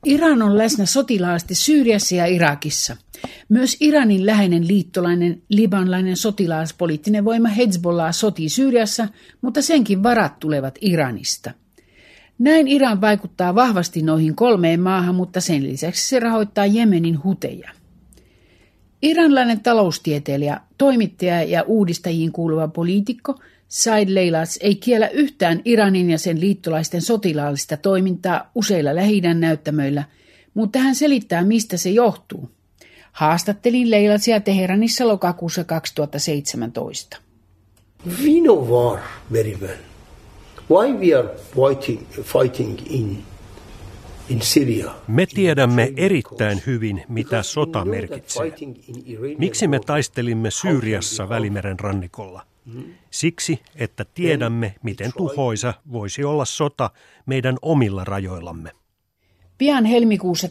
Iran on läsnä sotilaallisesti Syyriassa ja Irakissa. Myös Iranin läheinen liittolainen libanlainen sotilaaspoliittinen voima Hezbollah sotii Syyriassa, mutta senkin varat tulevat Iranista. Näin Iran vaikuttaa vahvasti noihin 3 maahan, mutta sen lisäksi se rahoittaa Jemenin huteja. Iranlainen taloustieteilijä, toimittaja ja uudistajiin kuuluva poliitikko Said Leilats ei kiellä yhtään Iranin ja sen liittolaisten sotilaallista toimintaa useilla Lähi-idän näyttämöillä, mutta hän selittää, mistä se johtuu. Haastattelin Leilatsia Teheranissa lokakuussa 2017. We know war very well. Why we are fighting in Syria? Me tiedämme erittäin hyvin, mitä sota merkitsee. Miksi me taistelimme Syyriassa Välimeren rannikolla? Siksi, että tiedämme, miten tuhoisa voisi olla sota meidän omilla rajoillamme. Pian helmikuussa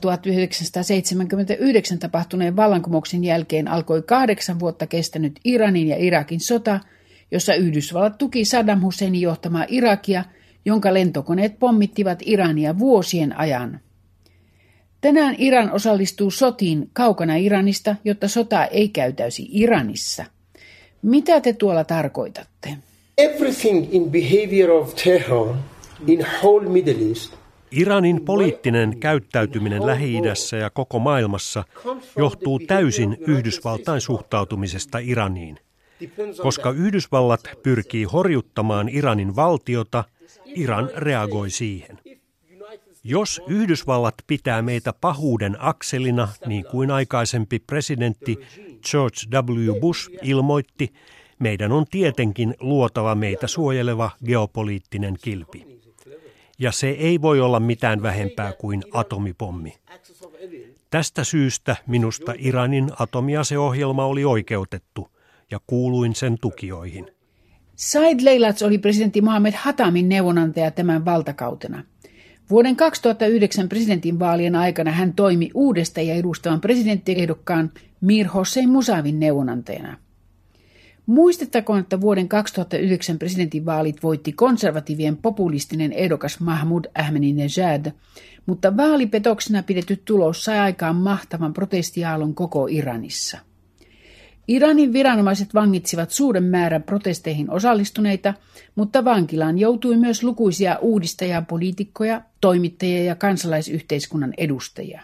1979 tapahtuneen vallankumouksen jälkeen alkoi 8 vuotta kestänyt Iranin ja Irakin sota, jossa Yhdysvallat tuki Saddam Husseinin johtamaa Irakia, jonka lentokoneet pommittivat Irania vuosien ajan. Tänään Iran osallistuu sotiin kaukana Iranista, jotta sota ei käytäisi Iranissa. Mitä te tuolla tarkoitatte? Everything in behavior of Tehran in whole Middle East. Iranin poliittinen käyttäytyminen Lähi-idässä ja koko maailmassa johtuu täysin Yhdysvaltain suhtautumisesta Iraniin. Koska Yhdysvallat pyrkii horjuttamaan Iranin valtiota, Iran reagoi siihen. Jos Yhdysvallat pitää meitä pahuuden akselina, niin kuin aikaisempi presidentti George W. Bush ilmoitti, meidän on tietenkin luotava meitä suojeleva geopoliittinen kilpi. Ja se ei voi olla mitään vähempää kuin atomipommi. Tästä syystä minusta Iranin atomiaseohjelma oli oikeutettu ja kuuluin sen tukijoihin. Said Leilats oli presidentti Mohammed Khatamin neuvonantaja tämän valtakautena. Vuoden 2009 presidentinvaalien aikana hän toimi uudesta ja edustavan presidenttiehdokkaan Mir Hossein Musavin neuvonantajana. Muistettakoon, että vuoden 2009 presidentinvaalit voitti konservatiivien populistinen ehdokas Mahmoud Ahmadinejad, mutta vaalipetoksena pidetty tulos sai aikaan mahtavan protestiaallon koko Iranissa. Iranin viranomaiset vangitsivat suuren määrän protesteihin osallistuneita, mutta vankilaan joutui myös lukuisia uudistajia, poliitikkoja, toimittajia ja kansalaisyhteiskunnan edustajia.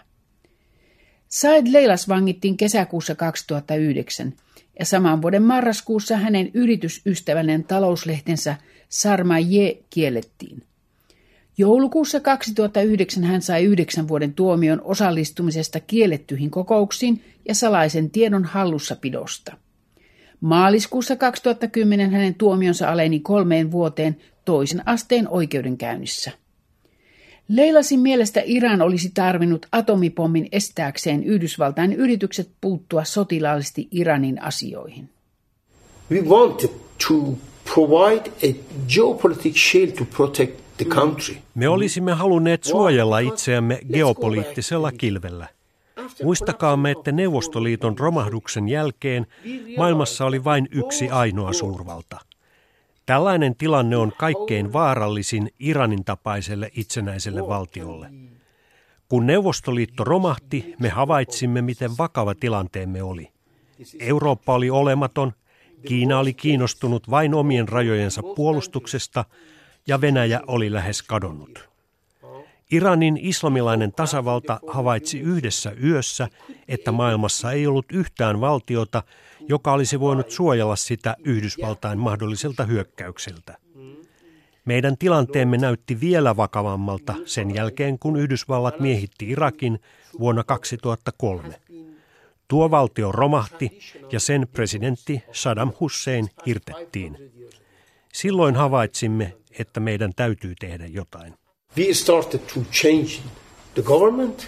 Said Leilats vangittiin kesäkuussa 2009 ja saman vuoden marraskuussa hänen yritysystävällinen talouslehtensä Sarmaye kiellettiin. Joulukuussa 2009 hän sai 9 vuoden tuomion osallistumisesta kiellettyihin kokouksiin ja salaisen tiedon hallussapidosta. Maaliskuussa 2010 hänen tuomionsa aleni 3 vuoteen toisen asteen oikeudenkäynnissä. Leilatsin mielestä Iran olisi tarvinnut atomipommin estääkseen Yhdysvaltain yritykset puuttua sotilaallisesti Iranin asioihin. We wanted to provide a geopolitical shield to protect the country. Me olisimme halunneet suojella itseämme geopoliittisella kilvellä. Muistakaamme, että Neuvostoliiton romahduksen jälkeen maailmassa oli vain yksi ainoa suurvalta. Tällainen tilanne on kaikkein vaarallisin Iranin tapaiselle itsenäiselle valtiolle. Kun Neuvostoliitto romahti, me havaitsimme, miten vakava tilanteemme oli. Eurooppa oli olematon, Kiina oli kiinnostunut vain omien rajojensa puolustuksesta ja Venäjä oli lähes kadonnut. Iranin islamilainen tasavalta havaitsi yhdessä yössä, että maailmassa ei ollut yhtään valtiota, joka olisi voinut suojella sitä Yhdysvaltain mahdolliselta hyökkäykseltä. Meidän tilanteemme näytti vielä vakavammalta sen jälkeen, kun Yhdysvallat miehitti Irakin vuonna 2003. Tuo valtio romahti ja sen presidentti Saddam Hussein hirtettiin. Silloin havaitsimme, että meidän täytyy tehdä jotain. We started to change the government.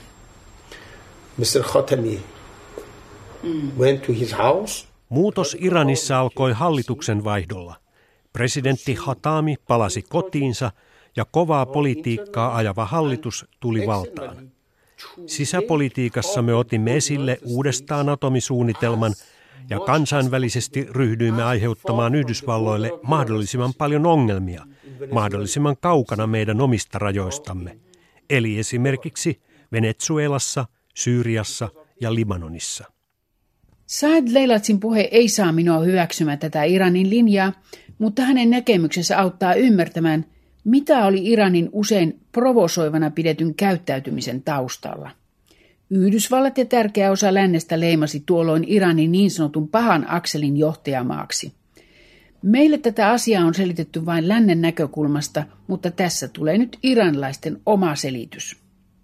Mr. Khatami went to his house. Muutos Iranissa alkoi hallituksen vaihdolla. Presidentti Khatami palasi kotiinsa ja kovaa politiikkaa ajava hallitus tuli valtaan. Sisäpolitiikassa me otimme esille uudestaan atomisuunnitelman ja kansainvälisesti ryhdyimme aiheuttamaan Yhdysvalloille mahdollisimman paljon ongelmia, mahdollisimman kaukana meidän omista rajoistamme, eli esimerkiksi Venezuelassa, Syyriassa ja Libanonissa. Saad Leilatsin puhe ei saa minua hyväksymään tätä Iranin linjaa, mutta hänen näkemyksensä auttaa ymmärtämään, mitä oli Iranin usein provosoivana pidetyn käyttäytymisen taustalla. Yhdysvallat ja tärkeä osa lännestä leimasi tuolloin Iranin niin sanotun pahan akselin johtajamaaksi. Meille tätä asiaa on selitetty vain lännen näkökulmasta, mutta tässä tulee nyt iranilaisten oma selitys.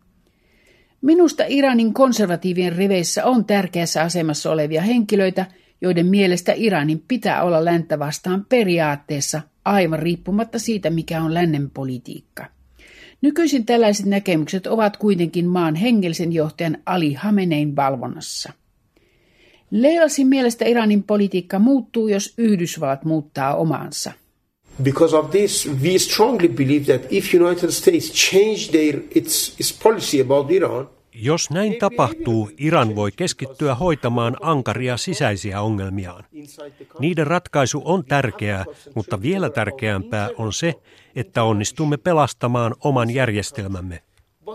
Minusta Iranin konservatiivien riveissä on tärkeässä asemassa olevia henkilöitä, joiden mielestä Iranin pitää olla länttä vastaan periaatteessa aivan riippumatta siitä, mikä on lännen politiikka. Nykyisin tällaiset näkemykset ovat kuitenkin maan hengellisen johtajan Ali Khamenein valvonnassa. Leilatsin mielestä Iranin politiikka muuttuu, jos Yhdysvallat muuttaa omaansa. Because of this, we strongly believe that if United States change its policy about Iran, jos näin tapahtuu, Iran voi keskittyä hoitamaan ankaria sisäisiä ongelmiaan. Niiden ratkaisu on tärkeää, mutta vielä tärkeämpää on se, että onnistumme pelastamaan oman järjestelmämme.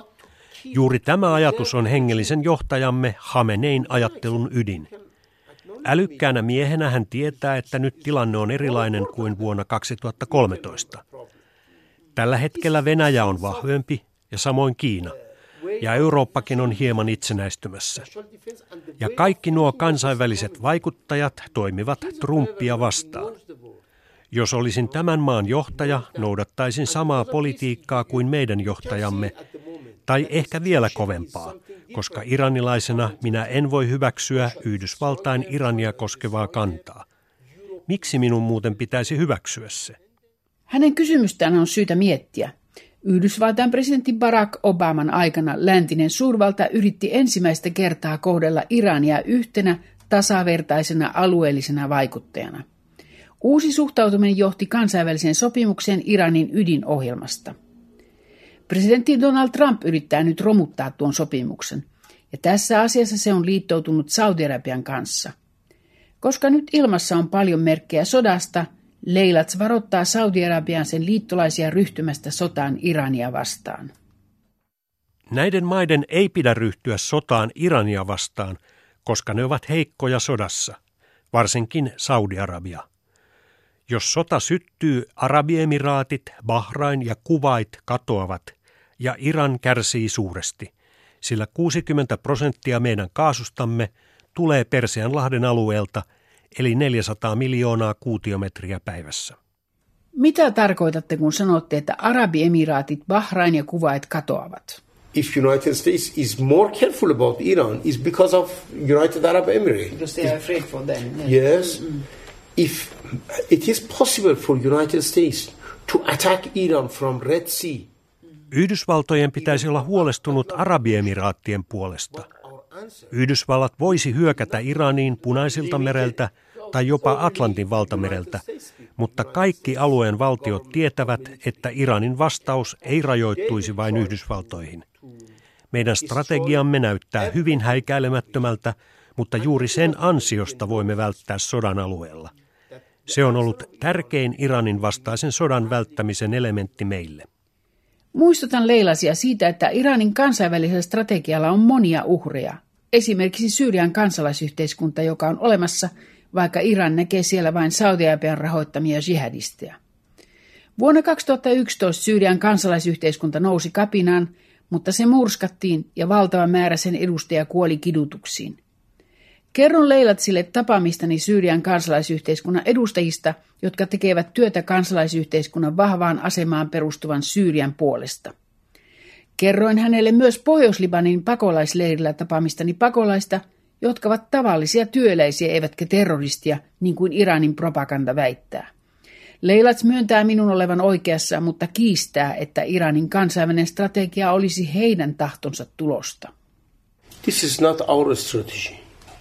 Juuri tämä ajatus on hengellisen johtajamme Khamenein ajattelun ydin. Älykkäänä miehenä hän tietää, että nyt tilanne on erilainen kuin vuonna 2013. Tällä hetkellä Venäjä on vahvempi ja samoin Kiina. Ja Eurooppakin on hieman itsenäistymässä. Ja kaikki nuo kansainväliset vaikuttajat toimivat Trumpia vastaan. Jos olisin tämän maan johtaja, noudattaisin samaa politiikkaa kuin meidän johtajamme, tai ehkä vielä kovempaa, koska iranilaisena minä en voi hyväksyä Yhdysvaltain Irania koskevaa kantaa. Miksi minun muuten pitäisi hyväksyä se? Hänen kysymystään on syytä miettiä. Yhdysvaltain presidentti Barack Obaman aikana läntinen suurvalta yritti ensimmäistä kertaa kohdella Irania yhtenä tasavertaisena alueellisena vaikuttajana. Uusi suhtautuminen johti kansainväliseen sopimukseen Iranin ydinohjelmasta. Presidentti Donald Trump yrittää nyt romuttaa tuon sopimuksen, ja tässä asiassa se on liittoutunut Saudi-Arabian kanssa. Koska nyt ilmassa on paljon merkkejä sodasta, Leilats varoittaa Saudi-Arabian sen liittolaisia ryhtymästä sotaan Irania vastaan. Näiden maiden ei pidä ryhtyä sotaan Irania vastaan, koska ne ovat heikkoja sodassa, varsinkin Saudi-Arabia. Jos sota syttyy, Arabiemiraatit, Bahrain ja Kuwait katoavat ja Iran kärsii suuresti, sillä 60% meidän kaasustamme tulee Persianlahden alueelta, eli 400 miljoonaa kuutiometriä päivässä. Mitä tarkoitatte, kun sanotte, että Arabiemiraatit, Bahrain ja Kuwait katoavat? If United States is more careful about Iran, is because of United Arab Emirates. Because they are afraid for them. Yes. If it is possible for United States to attack Iran from Red Sea. Yhdysvaltojen pitäisi olla huolestunut Arabiemiraattien puolesta. Yhdysvallat voisi hyökätä Iraniin Punaisilta mereltä tai jopa Atlantin valtamereltä, mutta kaikki alueen valtiot tietävät, että Iranin vastaus ei rajoittuisi vain Yhdysvaltoihin. Meidän strategiamme näyttää hyvin häikäilemättömältä, mutta juuri sen ansiosta voimme välttää sodan alueella. Se on ollut tärkein Iranin vastaisen sodan välttämisen elementti meille. Muistutan Leilasia siitä, että Iranin kansainvälisellä strategialla on monia uhreja. Esimerkiksi Syyrian kansalaisyhteiskunta, joka on olemassa, vaikka Iran näkee siellä vain Saudi-Arabian rahoittamia jihadisteja. Vuonna 2011 Syyrian kansalaisyhteiskunta nousi kapinaan, mutta se murskattiin ja valtava määrä sen edustajia kuoli kidutuksiin. Kerron Leilatsille tapaamistani Syyrian kansalaisyhteiskunnan edustajista, jotka tekevät työtä kansalaisyhteiskunnan vahvaan asemaan perustuvan Syyrian puolesta. Kerroin hänelle myös Pohjois-Libanin pakolaisleirillä tapaamistani pakolaista, jotka ovat tavallisia työläisiä eivätkä terroristia, niin kuin Iranin propaganda väittää. Leilats myöntää minun olevan oikeassa, mutta kiistää, että Iranin kansainvälinen strategia olisi heidän tahtonsa tulosta. This is not our strategy.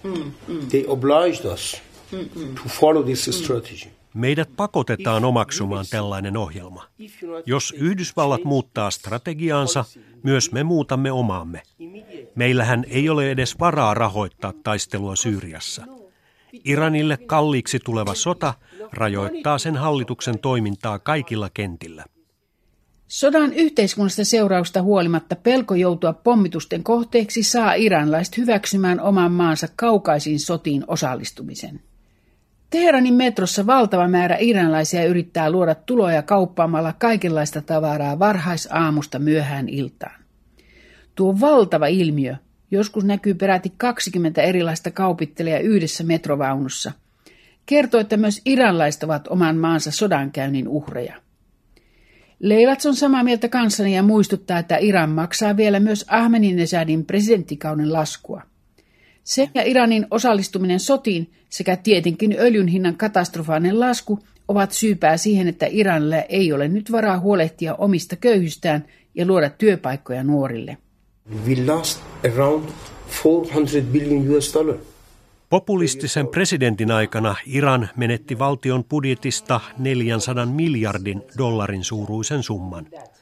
They obliged us to follow this strategy. Meidät pakotetaan omaksumaan tällainen ohjelma. Jos Yhdysvallat muuttaa strategiaansa, myös me muutamme omaamme. Meillähän ei ole edes varaa rahoittaa taistelua Syyriassa. Iranille kalliiksi tuleva sota rajoittaa sen hallituksen toimintaa kaikilla kentillä. Sodan yhteiskunnasta seurausta huolimatta pelko joutua pommitusten kohteeksi saa iranilaiset hyväksymään oman maansa kaukaisiin sotiin osallistumisen. Teheranin metrossa valtava määrä iranilaisia yrittää luoda tuloja kauppaamalla kaikenlaista tavaraa varhaisaamusta myöhään iltaan. Tuo valtava ilmiö, joskus näkyy peräti 20 erilaista kaupittelijaa yhdessä metrovaunussa, kertoo, että myös iranilaiset ovat oman maansa sodankäynnin uhreja. Leilats on samaa mieltä kanssani ja muistuttaa, että Iran maksaa vielä myös Ahmadinejadin presidenttikauden laskua. Se ja Iranin osallistuminen sotiin sekä tietenkin öljyn hinnan katastrofaalinen lasku ovat syypää siihen, että Iranilla ei ole nyt varaa huolehtia omista köyhystään ja luoda työpaikkoja nuorille. We lost around $400 billion. Populistisen presidentin aikana Iran menetti valtion budjetista $400 miljardin suuruisen summan.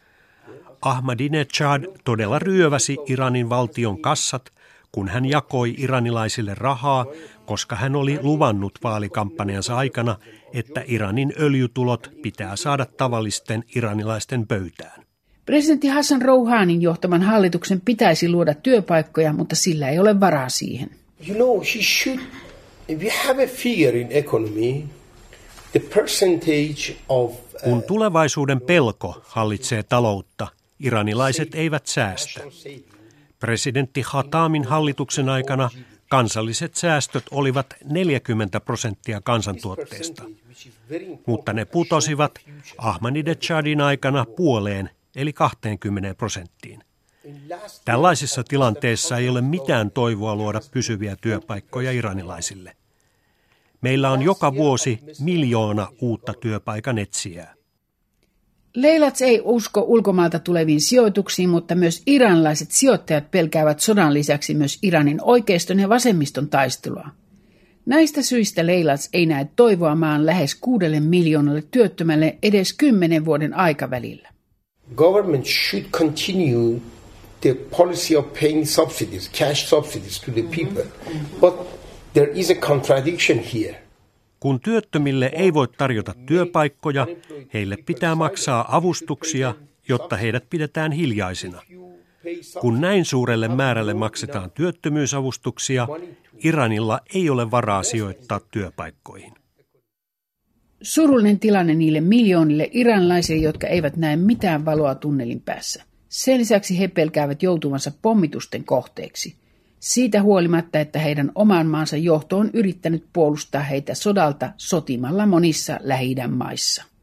Ahmadinejad todella ryöväsi Iranin valtion kassat, kun hän jakoi iranilaisille rahaa, koska hän oli luvannut vaalikampanjansa aikana, että Iranin öljytulot pitää saada tavallisten iranilaisten pöytään. Presidentti Hassan Rouhanin johtaman hallituksen pitäisi luoda työpaikkoja, mutta sillä ei ole varaa siihen. You know, if we have a figure in economy, the percentage of... Kun tulevaisuuden pelko hallitsee taloutta, iranilaiset eivät säästä. Presidentti Khatamin hallituksen aikana kansalliset säästöt olivat 40% kansantuotteesta, mutta ne putosivat Ahmadinejadin aikana puoleen, eli 20%. Tällaisissa tilanteissa ei ole mitään toivoa luoda pysyviä työpaikkoja iranilaisille. Meillä on joka vuosi 1 miljoona uutta työpaikan etsijää. Leilats ei usko ulkomailta tuleviin sijoituksiin, mutta myös iranilaiset sijoittajat pelkäävät sodan lisäksi myös Iranin oikeiston ja vasemmiston taistelua. Näistä syistä Leilats ei näe toivoa maan lähes 6 miljoonalle työttömälle edes 10 vuoden aikavälillä. Government should continue the policy of paying subsidies, cash subsidies to the people. But there is a contradiction here. Kun työttömille ei voi tarjota työpaikkoja, heille pitää maksaa avustuksia, jotta heidät pidetään hiljaisina. Kun näin suurelle määrälle maksetaan työttömyysavustuksia, Iranilla ei ole varaa sijoittaa työpaikkoihin. Surullinen tilanne niille miljoonille iranilaisille, jotka eivät näe mitään valoa tunnelin päässä. Sen lisäksi he pelkäävät joutuvansa pommitusten kohteeksi. Siitä huolimatta, että heidän oman maansa johto on yrittänyt puolustaa heitä sodalta sotimalla monissa Lähi-idän maissa.